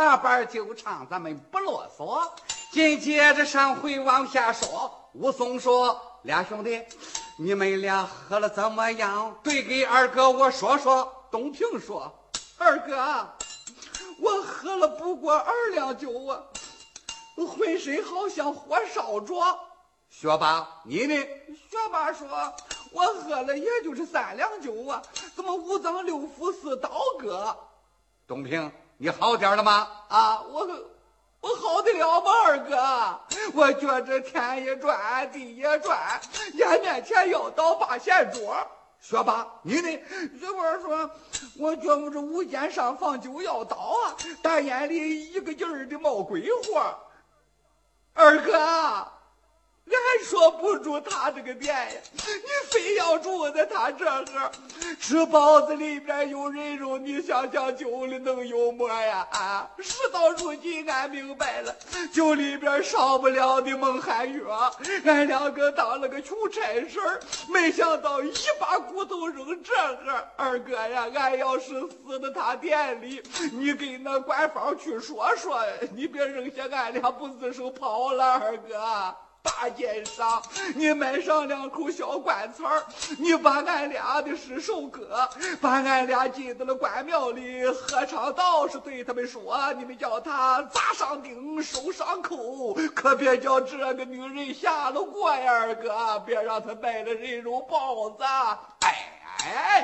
大板就唱，咱们不啰嗦。紧接着上回往下说，武松说：“俩兄弟，你们俩喝了怎么样？对给二哥我说说。”东平说：“二哥，我喝了不过2两酒啊，浑身好像火烧着。”学霸，你呢？学霸说：“我喝了也就是3两酒啊，怎么5脏6腑4倒戈？”东平，你好点了吗？啊，我好得了吗，二哥？我觉着天也转，地也转，眼面前要倒8仙桌。学霸，你呢？学霸说：“我觉着5间上房就要倒啊，大眼里一个劲儿的冒鬼火。”二哥，俺说不住他这个店呀，你非要住在他这儿，吃包子里边有人肉，你想想酒里能有么呀？啊！事到如今，俺明白了，酒里边少不了的蒙汗药。俺2个当了个穷差事儿，没想到一把骨头扔这儿。二哥呀，俺要是死在他店里，你跟那官方去说说，你别扔下俺俩不自首跑了，二哥。大街上，你买上2口小棺材，你把俺俩的尸首割，把俺俩进到了关庙里，合唱道士对他们说：“你们叫他砸上钉，收上扣，可别叫这个女人下了锅呀，二哥，别让她卖了人肉包子。”哎。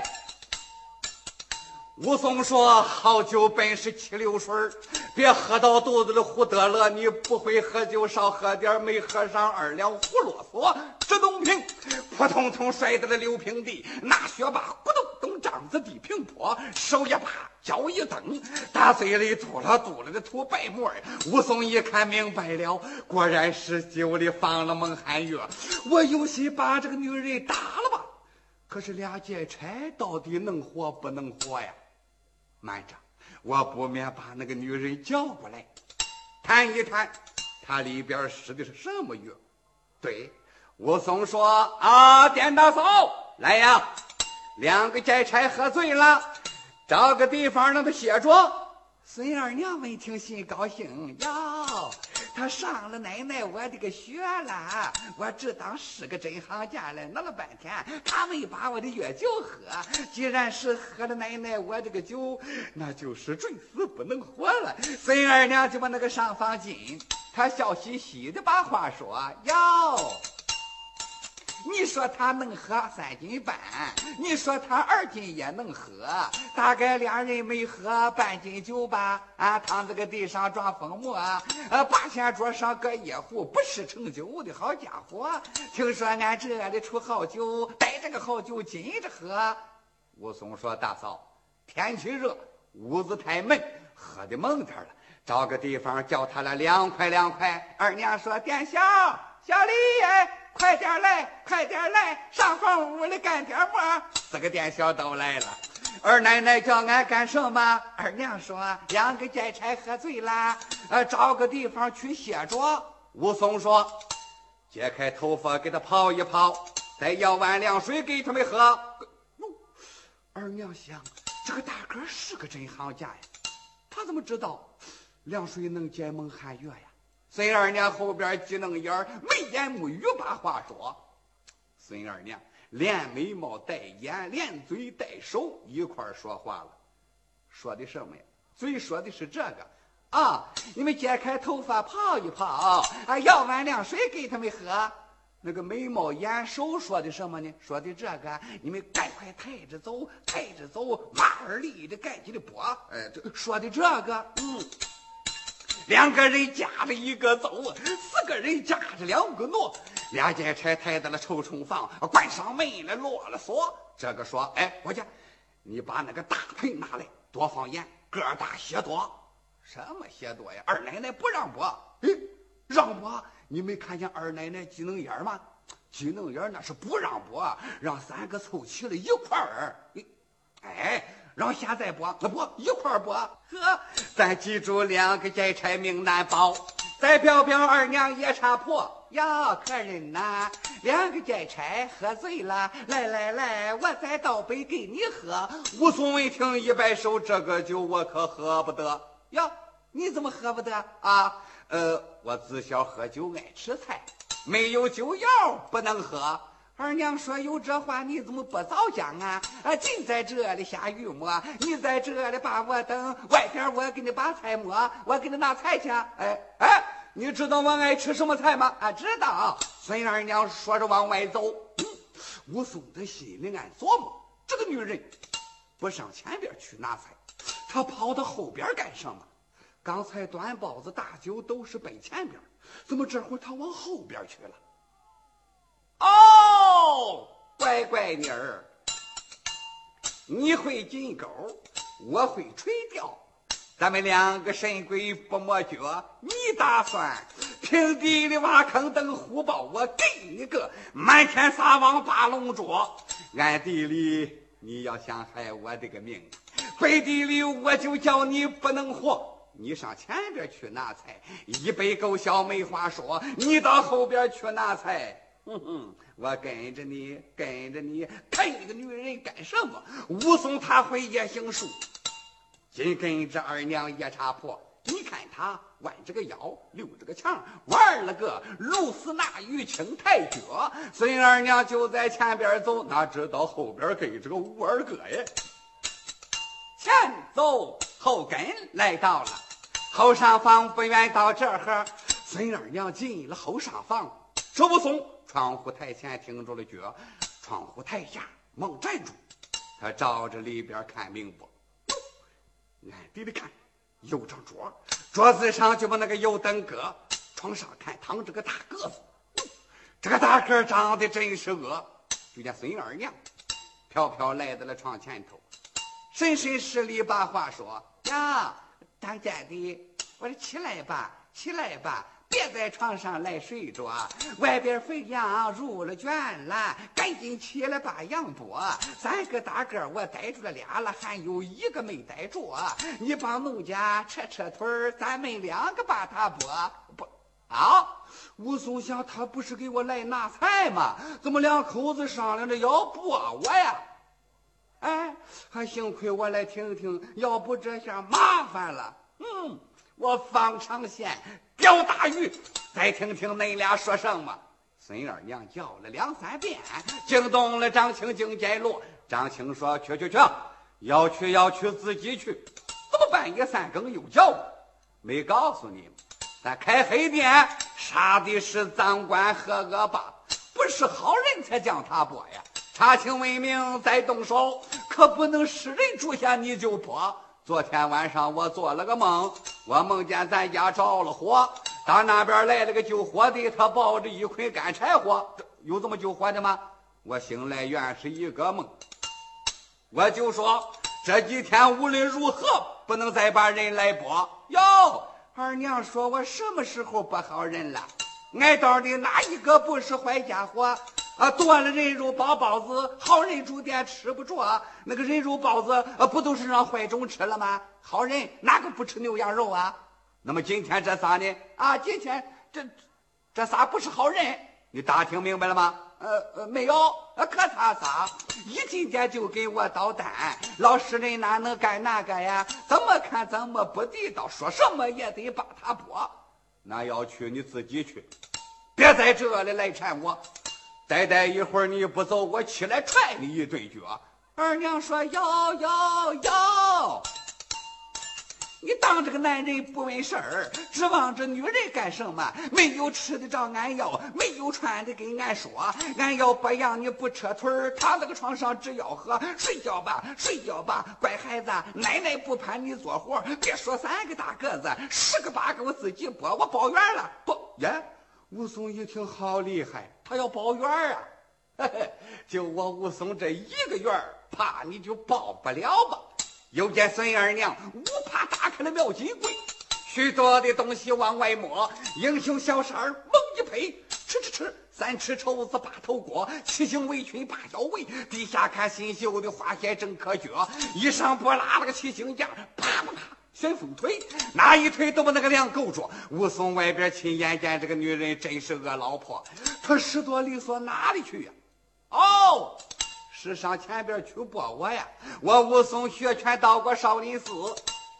武松说：“好酒本是7流水，别喝到肚子里胡得了。你不会喝酒，少喝点，没喝上2两胡啰嗦。”这东平扑通通摔到了6平地，那学霸咕咚咚张子地平坡，手一把脚一蹬，大嘴里吐了肚里的吐白沫。武松一看明白了，果然是酒里放了蒙汗药，我有心把这个女人打了吧，可是俩劫差到底能活不能活呀？慢着，我不免把那个女人叫过来谈一谈，她里边使的是什么药？对，武松说：“啊，店大嫂，来呀，2个劫差喝醉了，找个地方让他歇着。”孙二娘闻听心高兴，哟，他上了奶奶我的个学了，我只当是个真行家了，闹了半天他没把我的药酒喝，既然是喝了奶奶我这个酒，那就是准死不能活了。孙二娘就把那个上房进，他笑嘻嘻的把话说：“哟，你说他能喝3斤半，你说他2斤也能喝，大概俩人没喝半斤酒吧，啊，躺这个地上装疯魔，8仙桌上搁1壶，不是盛酒的好家伙。听说俺这里出好酒，带这个好酒紧着喝。”武松说：“大嫂，天气热，屋子太闷，喝的蒙点了，找个地方叫他俩凉快凉快。”二娘说：“店小李，快点来，上房屋里干点活。”4个店小都来了。二奶奶叫俺干什么？二娘说：“2个劫差喝醉了，找个地方去歇着。”武松说：“揭开头发给他泡一泡，再舀碗凉水给他们喝。”二娘想，这个大哥是个真行家呀，他怎么知道凉水能解蒙汗药呀？孙二娘后边挤楞眼没言没语把话说。孙二娘连眉毛带眼，连嘴带手一块说话了。说的什么呀？嘴说的是这个啊，你们揭开头发泡一泡，舀碗凉水给他们喝。那个眉毛眼手说的什么呢？说的这个，你们赶快抬着走，马儿力的赶紧的拨。说的这个2个人夹着1个走，4个人夹着2个挪。俩劫差抬到了抽屉房，关上门来，落了锁。这个说：“哎，伙计，你把那个大盆拿来，多放盐，个大些多。”什么些多呀？二奶奶不让拨。让拨？你没看见二奶奶挤楞眼吗？挤楞眼那是不让拨，让3个凑齐了一块儿。让现在拨，那拨一块拨。呵，咱记住2个劫差命难保，再表表二娘夜叉婆。呀，客人呐，2个劫差喝醉了，来，我再倒杯给你喝。武松一听一摆手：“这个酒我可喝不得呀！ 你怎么喝不得啊？我自小喝酒爱吃菜，没有酒药不能喝。二娘说有这话你怎么不早讲啊？尽在这里下雨磨，你在这里把我等，外边我给你把菜磨，我给你拿菜去。你知道我爱吃什么菜吗？知道。孙二娘说着往外走。武松的心里暗琢磨，这个女人不上前边去拿菜，她跑到后边干什么？刚才端包子大酒都是奔前边，怎么这会儿她往后边去了？哦，乖妮儿，你会金钩，我会垂钓，咱们两个神鬼不摸脚。你打算平地里挖坑等虎豹，我给你个满天撒网八龙捉。暗地里你要想害我这个命，背地里我就叫你不能活。你上前边去拿菜，一杯够小没话说，你到后边去拿菜。我跟着你，看你个女人干什么？武松他会夜行术，紧跟着二娘夜叉婆。你看他弯着个腰，溜着个墙，玩了个如丝那玉青太脚。孙二娘就在前边走，哪知道后边跟着个吴二哥呀。前走后跟来到了后上房，不远到这儿，孙二娘进了后上房。这武松窗户台前停住了脚，窗户台下猛站住，他照着里边看明白。暗地里看有张桌，桌子上就把那个油灯搁，床上看躺着个大个子，这个大个长得真是恶。就见孙二娘飘飘来到了床前头，深深施礼把话说：呀，当家的，我说起来吧，别在床上来睡着，外边肥羊入了圈了，赶紧起来把羊剥。三个大个我逮住了俩了，还有一个没逮住，你帮奴家扯腿，咱们两个把他剥。不啊！武松想，他不是给我来拿菜吗？怎么两口子商量着要剥我呀？还幸亏我来听听，要不这下麻烦了。我方长线钓大鱼，再听听恁俩说什么。孙二娘叫了2、3遍，惊动了张青、惊见罗。张青说：去，要去自己去，怎么半夜3更又叫我？没告诉你们，咱开黑店杀的是赃官和恶霸，不是好人才将他剥呀。查清为明再动手，可不能使人住下你就剥。昨天晚上我做了个梦，我梦见咱家着了火，到那边来了个救火的，他抱着一捆干柴火。有这么救火的吗？我醒来原是一个梦。我就说这几天无论如何不能再把人来剥。哟，二娘说我什么时候不好人了？挨道的哪一个不是坏家伙？多了人肉包子，好人住店吃不着。那个人肉包子不都是让坏种吃了吗？好人哪个不吃牛羊肉啊？那么今天这仨呢？今天这仨不是好人，你打听明白了吗？没有。可他仨一进店就给我捣蛋，老实人哪能干那个呀？怎么看怎么不地道，说什么也得把他剥。那要去你自己去，别在这里来缠我。再待一会儿你不走，我起来踹你一顿脚。二娘说：要，你当这个男人不问事儿，指望着女人干什么？没有吃得着俺要，没有穿的跟俺说，俺要不让你不扯腿儿，躺在个床上只要喝。睡觉吧，乖孩子，奶奶不盼你做活，别说3个大个子，10个8个我自己剥，我包圆了。不呀，武松一听好厉害，他要包圆啊！就我武松这一个圆，怕你就包不了吧？又见孙二娘无怕打开了庙金柜，许多的东西往外摸，英雄小衫猛一配，吃3尺绸子8头锅，7星围裙8腰围，地下看新绣的花鞋正可脚，一上坡拉了个7星架，啪旋风腿，哪一腿都把那个梁勾住。武松外边亲眼见这个女人真是个老婆，他使多利索哪里去呀？是上前边去剥我呀！我武松学拳到过少林寺，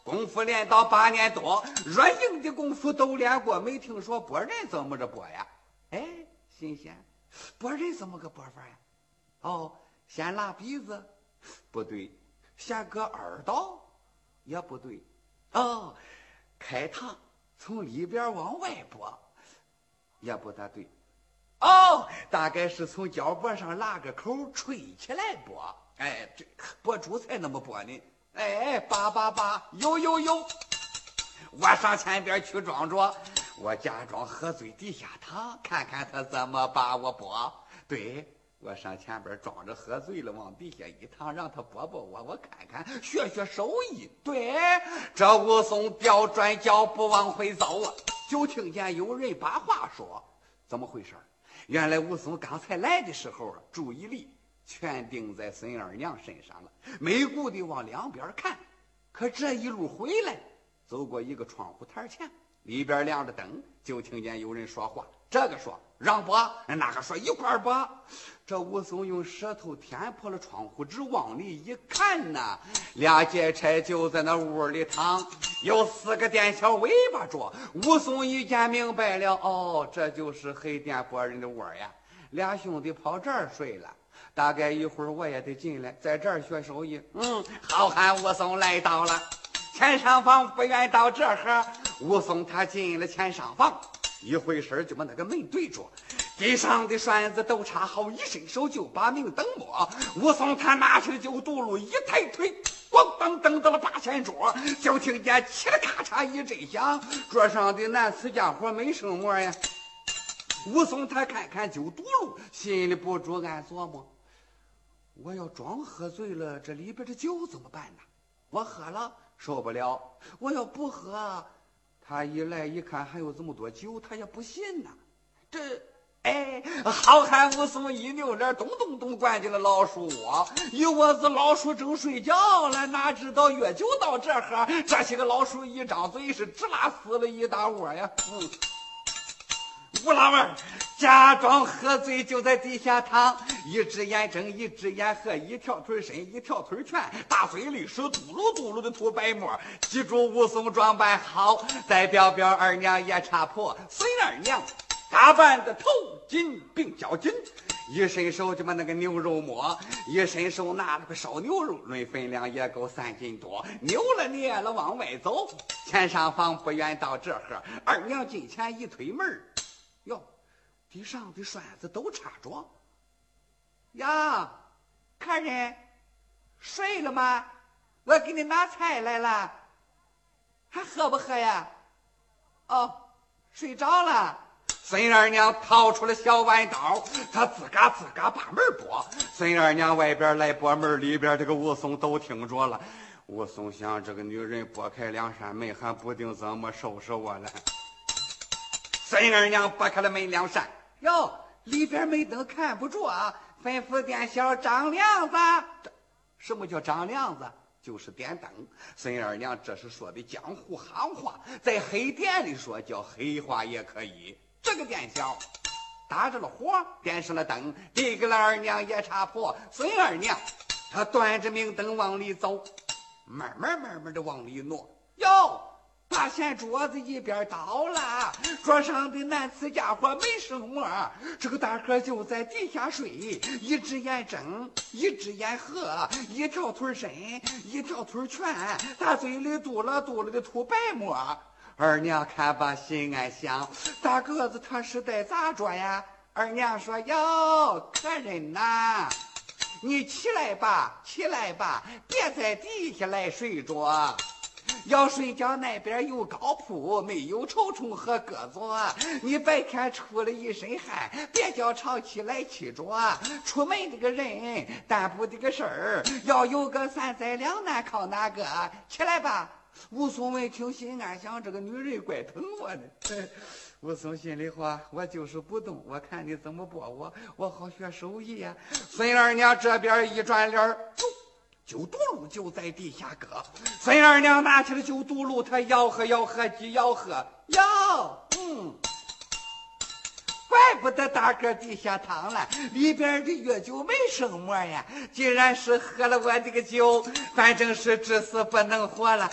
功夫练到8年多，软硬的功夫都练过，没听说拨人怎么着拨呀？哎，新鲜，拨人怎么个拨法呀？哦，先拉鼻子，不对；先割耳道，也不对。哦，开膛从里边往外拨，也不大对。哦，大概是从脚脖上拉个口吹起来拨。哎，这拨猪才那么拨呢。哎，888，有，我上前边去装着，我假装喝醉地下躺，看看他怎么把我拨。对，我上前边装着喝醉了，往地下一躺，让他拨我看看，学手艺。对，这武松调转脚步往回走啊，就听见有人把话说，怎么回事？原来武松刚才来的时候注意力全定在孙二娘身上了，没顾地往两边看。可这一路回来，走过一个窗户台前，里边亮着灯，就听见有人说话，这个说让拨，那个说一块拨。这武松用舌头舔破了窗户纸，往里一看呐，俩劫差就在那屋里躺，有4个店小尾巴着。武松一见明白了，哦，这就是黑店拨人的窝呀。俩兄弟跑这儿睡了，大概一会儿我也得进来，在这儿学手艺。好汉武松来到了前上房，不愿到这儿。武松他进了前上房，一回身就把那个门对着，地上的栓子都插好，一伸手就把明灯摸。武松他拿起酒毒路，一抬腿，咣当蹬到了八仙桌，就听见嘁哩咔嚓一阵响，桌上的男死家伙没生么呀。武松他看看酒毒路，心里不住暗琢磨，我要装喝醉了，这里边的酒怎么办呢？我喝了受不了，我要不喝，他一来一看还有这么多酒，他也不信呐。好汉武松一扭脸，咚咚咚关进了老鼠窝。一窝子老鼠正睡觉了，哪知道越酒到这儿，这些个老鼠一张嘴是直拉死了一大窝呀。武老二假装喝醉，就在地下躺，一只眼睁，一只眼合，一条腿伸，一条腿蜷，大嘴里是嘟噜嘟噜的吐白沫。记住武松装扮好，再表表二娘也插破，孙二娘打扮的头巾并脚巾，一伸手就把那个牛肉摸，一伸手拿了个烧牛肉，论分量也够3斤多，扭了捏了往外走。前上房不愿到这儿，二娘进前一推门，哟，地上的栓子都插着。呀，客人睡了吗？我给你拿菜来了，还喝不喝呀？哦，睡着了。孙二娘掏出了小弯刀，她自嘎自嘎把门拨。孙二娘外边来拨门，里边这个武松都听着了。武松想，这个女人拨开2扇门，还不定怎么收拾我了。孙二娘拨开了门2扇，哟，里边没灯看不着啊，吩咐店小张亮子。什么叫张亮子？就是点灯。孙二娘这是说的江湖行话，在黑店里说叫黑话也可以。这个店小打着了火，点上了灯，递给了二娘也插破。孙二娘她端着明灯往里走，慢慢的往里挪。哟，八仙桌子一边倒了，桌上的男此家伙没生么，这个大哥就在地下睡，一只眼睁，一只眼合，一条腿伸，一条腿蜷，他嘴里嘟噜嘟噜的吐白沫。二娘看吧，心安想，大个子他是得咋着呀？二娘说，哟，客人呐，你起来吧，起来吧，别在地下来睡着。要睡觉那边有高铺，没有臭虫和鸽子。你白天出了一身汗，别叫潮气来气着。出门这个人担不这个事儿，要有个3灾2难靠哪个？起来吧。武松闻听心暗想，这个女人怪疼我的。武松心里话，我就是不动，我看你怎么拨我，我好学手艺呀。孙二娘这边一转脸，酒毒路就在地下搁。孙二娘拿起了酒毒路，她吆喝吆喝鸡吆喝哟，怪不得大个地下躺了，里边的药酒没生么呀。既然是喝了我这个酒，反正是至死不能活了。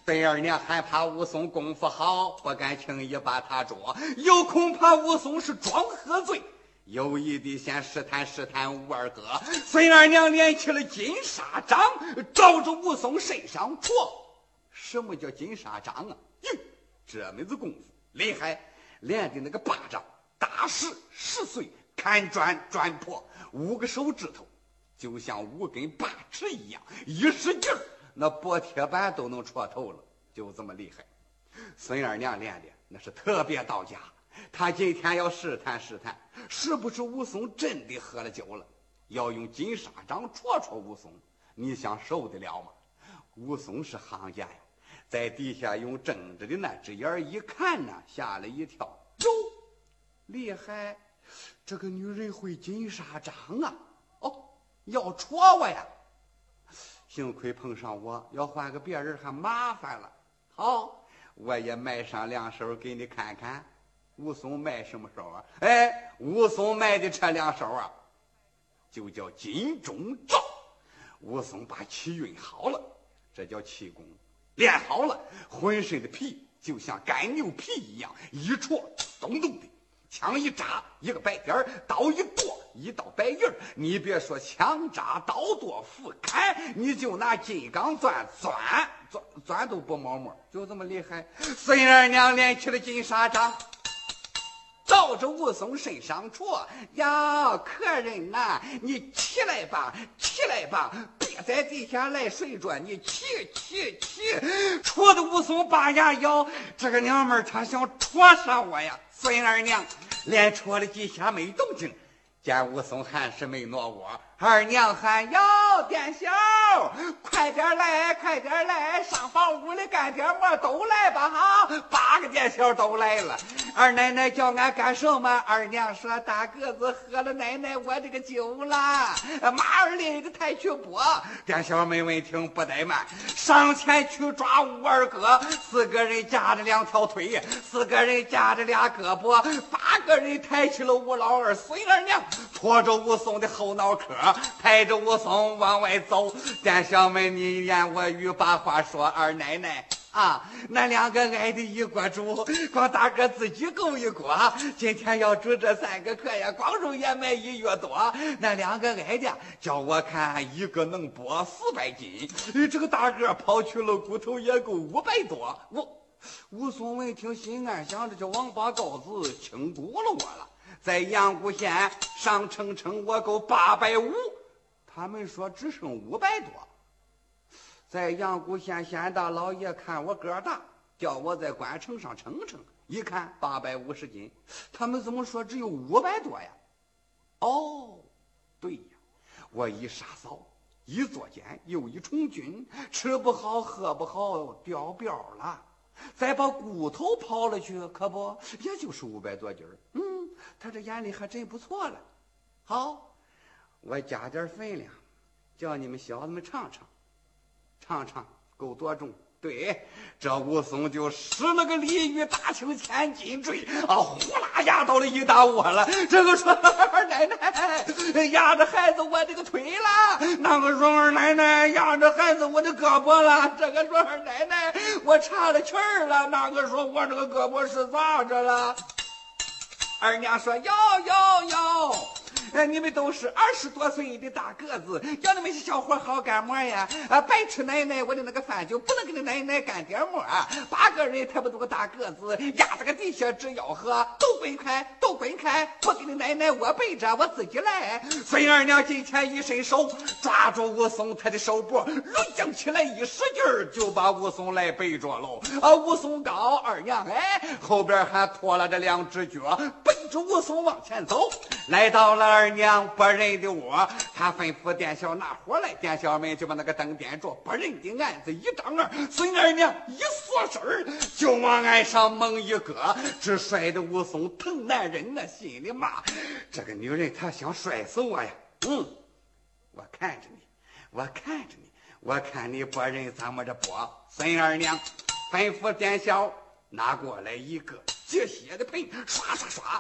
孙二娘害怕武松功夫好，不敢轻易把他捉，又恐怕武松是装喝醉，有意的先试探试探武二哥。孙二娘练起了金沙掌，照着武松身上戳。什么叫金沙掌啊？这门子功夫厉害，练的那个巴掌打实10岁，砍砖砖破，5个手指头就像5根八尺一样，一使劲儿那薄铁板都能戳透了，就这么厉害。孙二娘练的那是特别到家，她今天要试探试探是不是武松真的喝了酒了，要用金沙掌戳戳武松，你想受得了吗？武松是行家呀，在底下用睁着的那只眼一看呢，吓了一跳，哟，厉害，这个女人会金沙掌啊！哦，要戳我呀！幸亏碰上我，要换个别人还麻烦了。好，我也卖上2手给你看看。武松卖什么手啊？哎，武松卖的这2手啊，就叫金钟罩。武松把气运好了，这叫气功。练好了，浑身的皮就像干牛皮一样，一戳咚咚的，枪一扎一个白点，刀一剁一道白印。你别说枪扎刀剁斧砍，你就拿金刚钻钻都不冒沫，就这么厉害。孙二娘练起了金沙掌，照着武松身上戳呀，客人呐，你起来吧，起来吧，别在地下来睡着，你起，戳的武松把牙咬，这个娘们儿她想戳上我呀。孙二娘连戳了几下没动静，见武松还是没挪窝，二娘喊哟，店小，快点来，快点来，上房屋里干点活都来吧哈！8个店小都来了。二奶奶叫俺干什么？二娘说大个子喝了奶奶我这个酒了，马儿累的太去拨。店小们闻听不怠慢，上前去抓武二哥，4个人夹着2条腿，4个人夹着2胳膊，8个人抬起了武老二孙二娘，拖着武松的后脑壳，抬着武松往外走。店小们你言我语把话说，二奶奶啊，那2个挨的一锅煮，光大哥自己够一锅，今天要煮这3个客呀，光肉也卖1月多。那2个挨的叫我看一个能剥400斤，这个大个跑去了骨头也够500多。武松闻听心暗想着，这王八羔子轻估了我了，在阳谷县上称我够850，他们说只剩500多。在阳谷县县大老爷看我个大，叫我在官城上称，一看850斤，他们怎么说只有500多呀？哦，对呀，我一杀嫂，一作奸，又一从军，吃不好喝不好，掉膘了，再把骨头刨了去，可不也就是500多斤儿。他这眼力还真不错了。好，我加点分量，叫你们小子们尝尝够多重。对，这武松就使了个鲤鱼打秋千金坠呼啦压到了一大窝了。这个说二奶奶压着孩子我这个腿了，那个说二奶奶压着孩子我的胳膊了，这个说二奶奶我岔了气儿了，那个说我这个胳膊是咋着了。二娘说哟，你们都是20多岁的大个子，要你们是小伙好干活呀！白吃奶奶我的那个饭就不能给你奶奶干点活8个人抬不动个大个子，压在个地下直吆喝，都滚开！不给你奶奶我背着，我自己来。孙二娘今天一伸手抓住武松他的手脖，抡将起来一使劲儿，就把武松来背着喽。武松高，二娘后边还拖了这2只脚，背着武松往前走，来到了二娘不认的窝，他吩咐店小拿火来，店小们就把那个灯点着，不认的案子一张二，孙二娘一缩身就往岸上猛一搁，只摔得武松疼难忍呐，心里骂这个女人她想摔死我呀。我看着你，我看你不认咱们这波。孙二娘吩咐店小拿过来一个解血的盆，刷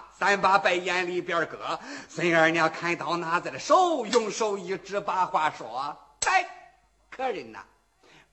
3把白眼里边搁。孙二娘看到拿在了手，用手一指把话说：“来，客人呐，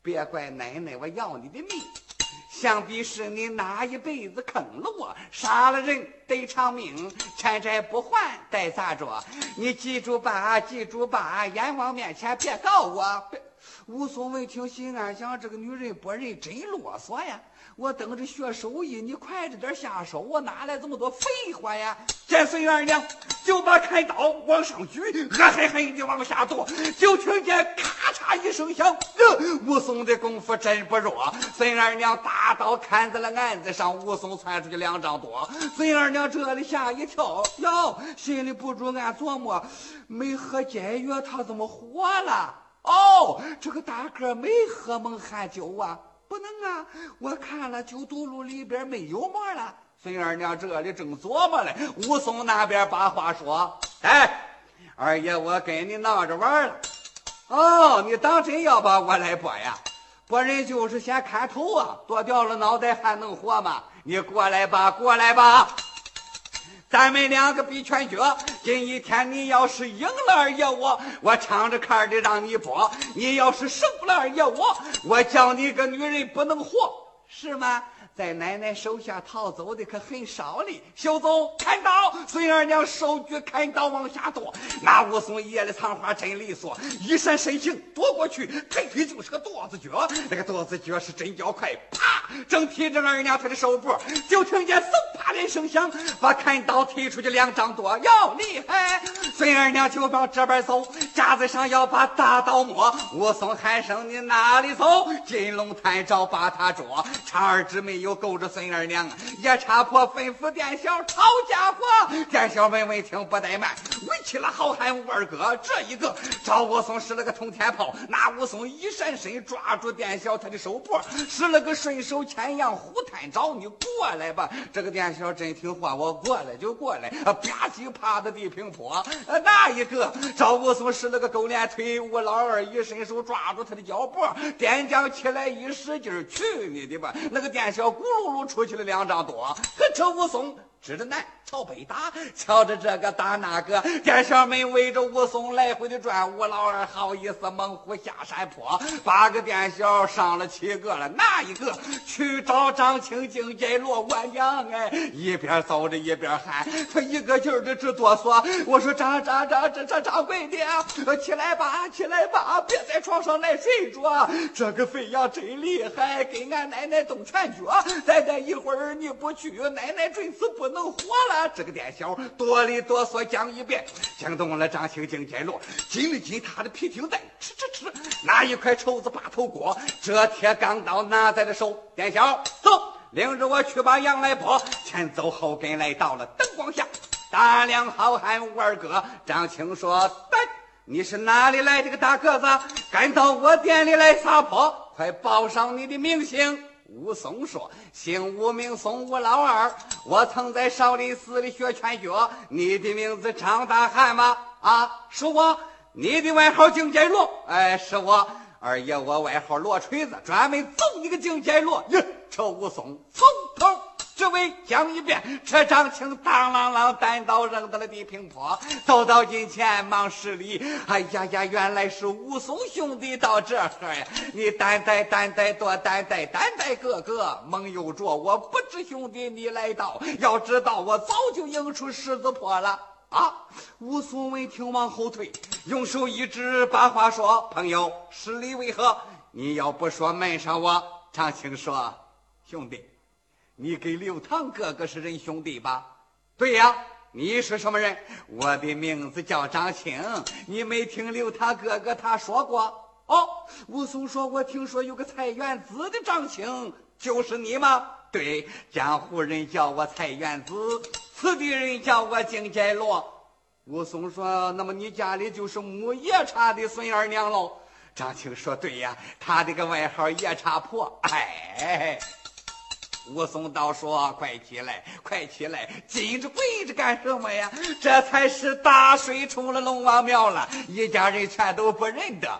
别怪奶奶我要你的命，想必是你那一辈子坑了我，杀了人得偿命，欠债不还待咋着？你记住吧，记住吧，阎王面前别告我。武松闻听，心暗想：这个女人不认真啰嗦呀！我等着学手艺，你快着点下手，我哪来这么多废话呀？见孙二娘就把开刀往上举，恶狠狠地往下剁，就听见咔嚓一声响。武松的功夫真不弱，孙二娘大刀砍在了案子上，武松窜出去2丈多。孙二娘这里吓一跳，哟，心里不住暗琢磨：没喝解药，他怎么活了？哦，这个大个没喝蒙汗酒啊！不能啊！我看了酒肚肚里边没有沫了。孙二娘这里正琢磨嘞，武松那边把话说：“哎，二爷，我跟你闹着玩了。哦，你当真要把我来剥呀？剥人就是先砍头啊，剁掉了脑袋还能活吗？你过来吧，过来吧。咱们2个比拳脚，今一天你要是赢了二爷我敞着看的让你剥；你要是胜了二爷我叫你个女人不能活，是吗？在奶奶手下逃走的可很少哩。小宗砍刀，孙二娘手举砍刀往下剁，那武松夜里藏花真利索，一闪身形躲过去，抬腿就是个剁子脚，那个剁子脚是真较快，啪，正踢着二娘她的手部，就听见嗖啪的一声响，把砍刀踢出去2丈多，要厉害！孙二娘就往这边走，架子上要把大刀摸，武松喊声：“你哪里走？”金龙探照把他捉，长儿之妹又勾着孙二娘，夜叉婆吩咐店小抄家伙。店小们闻听不怠慢，围起了好汉武二哥。这一个赵武松使了个通天炮，那武松一闪身抓住店小他的手脖，使了个顺手牵羊虎探照，你过来吧。这个店小真听话，我过来就过来，吧唧趴的地平坡。那一个赵武松使了个狗脸腿，武老二一伸手抓住他的脚脖，店将起来一使劲，去你的吧！那个店小咕噜噜出去了2丈多，可这武松指着南朝北打，瞧着这个打那个，店小们围着武松来回的转。武老二好意思猛虎下山坡，8个店小上了7个了。那一个去找张青经街落我娘哎，一边走着一边喊，他一个劲儿的直哆嗦。我说张贵的，起来吧起来吧，别在床上来睡着，这个肥羊真厉害，给俺奶奶动拳脚，再待一会儿你不去，奶奶准死不能活了。这个店小哆里哆嗦讲一遍，惊动了张青经街落，紧了紧他的皮挺带，吃，拿一块绸子把头裹，这铁钢刀拿在了手。店小走，领着我去把羊来剥。前走后跟来到了灯光下，大梁好汉武二哥。张青说：“对，你是哪里来的个大个子，敢到我店里来撒泼？快报上你的名姓。”武松说：“姓武名松，武老二，我曾在少林寺里学拳脚。你的名字张大汉吗？”“啊，是我。”“你的外号金街罗？”“哎，是我。”“二爷，我外号罗锤子，专门揍你个金街罗。”哟，这武松从头这位讲一遍，这张青当啷啷单刀扔到了地平坡，走到近前忙施礼。哎呀呀，原来是武松兄弟到这呵呀！你担待多担待哥哥，蒙有着我不知兄弟你来到，要知道我早就迎出狮子坡了啊！武松闻听往后退，用手一指，把话说：“朋友，实力为何？你要不说闷上我。”张青说：“兄弟，你跟刘唐哥哥是人兄弟吧？”“对呀。”“你是什么人？”“我的名字叫张青。你没听刘唐哥哥他说过？”“哦。”武松说：“我听说有个菜园子的张青，就是你吗？”“对，江湖人叫我菜园子，此地人叫我金街罗。”武松说：“那么你家里就是母夜叉的孙二娘喽？”张青说：“对呀，他这个外号夜叉婆。”哎，武松倒说：“快起来，紧着跪着干什么呀？这才是大水冲了龙王庙了，一家人全都不认得。”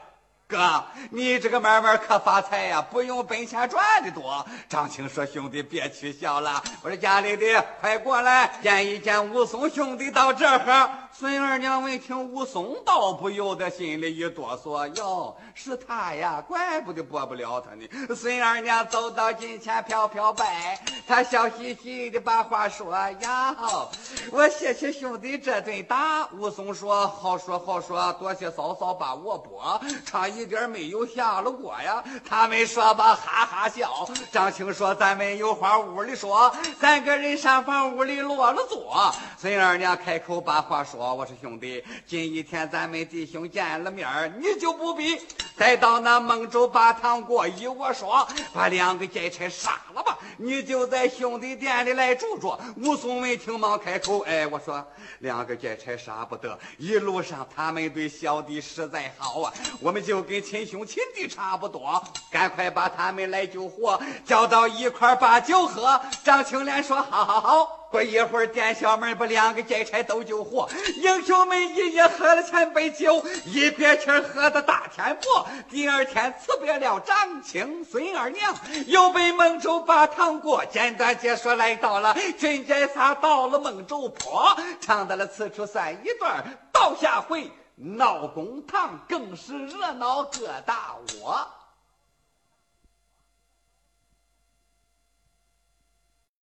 哥，你这个买卖可发财呀，不用本钱赚的多。张青说：“兄弟别取笑了。”我说：“家里的快过来见一见武松兄弟到这儿。”孙二娘闻听武松到，不由得心里一哆嗦：“哟，是他呀，怪不得拨不了他呢。”孙二娘走到近前飘飘拜，他笑嘻嘻的把话说：“呀，我谢谢兄弟这顿打。”武松说：“好说好说，多谢嫂嫂把我拨，差一点没有下了锅呀。”他们说吧，哈哈笑。张青说：“咱们有话屋里说，三个人上房屋里落了座。”孙二娘开口把话说：“我说兄弟，今一天咱们弟兄见了面，你就不必再到那孟州把糖果依我说，把两个劫差杀了吧，你就在兄弟店里来住着。”武松闻听忙开口：“哎，我说两个劫差杀不得，一路上他们对小弟实在好啊，我们就跟亲兄亲弟差不多，赶快把他们来救活，叫到一块把酒喝。”张青莲说：“好好好。”不一会儿，店小门把两个劫差都救活，英雄们一夜喝了1000杯酒，一别气喝的大天破。第二天辞别了张青、孙二娘，又奔孟州把糖过。简短解说来到了军阶撒，到了孟州坡，唱到了此处算一段，到下回闹公堂更是热闹各大窝。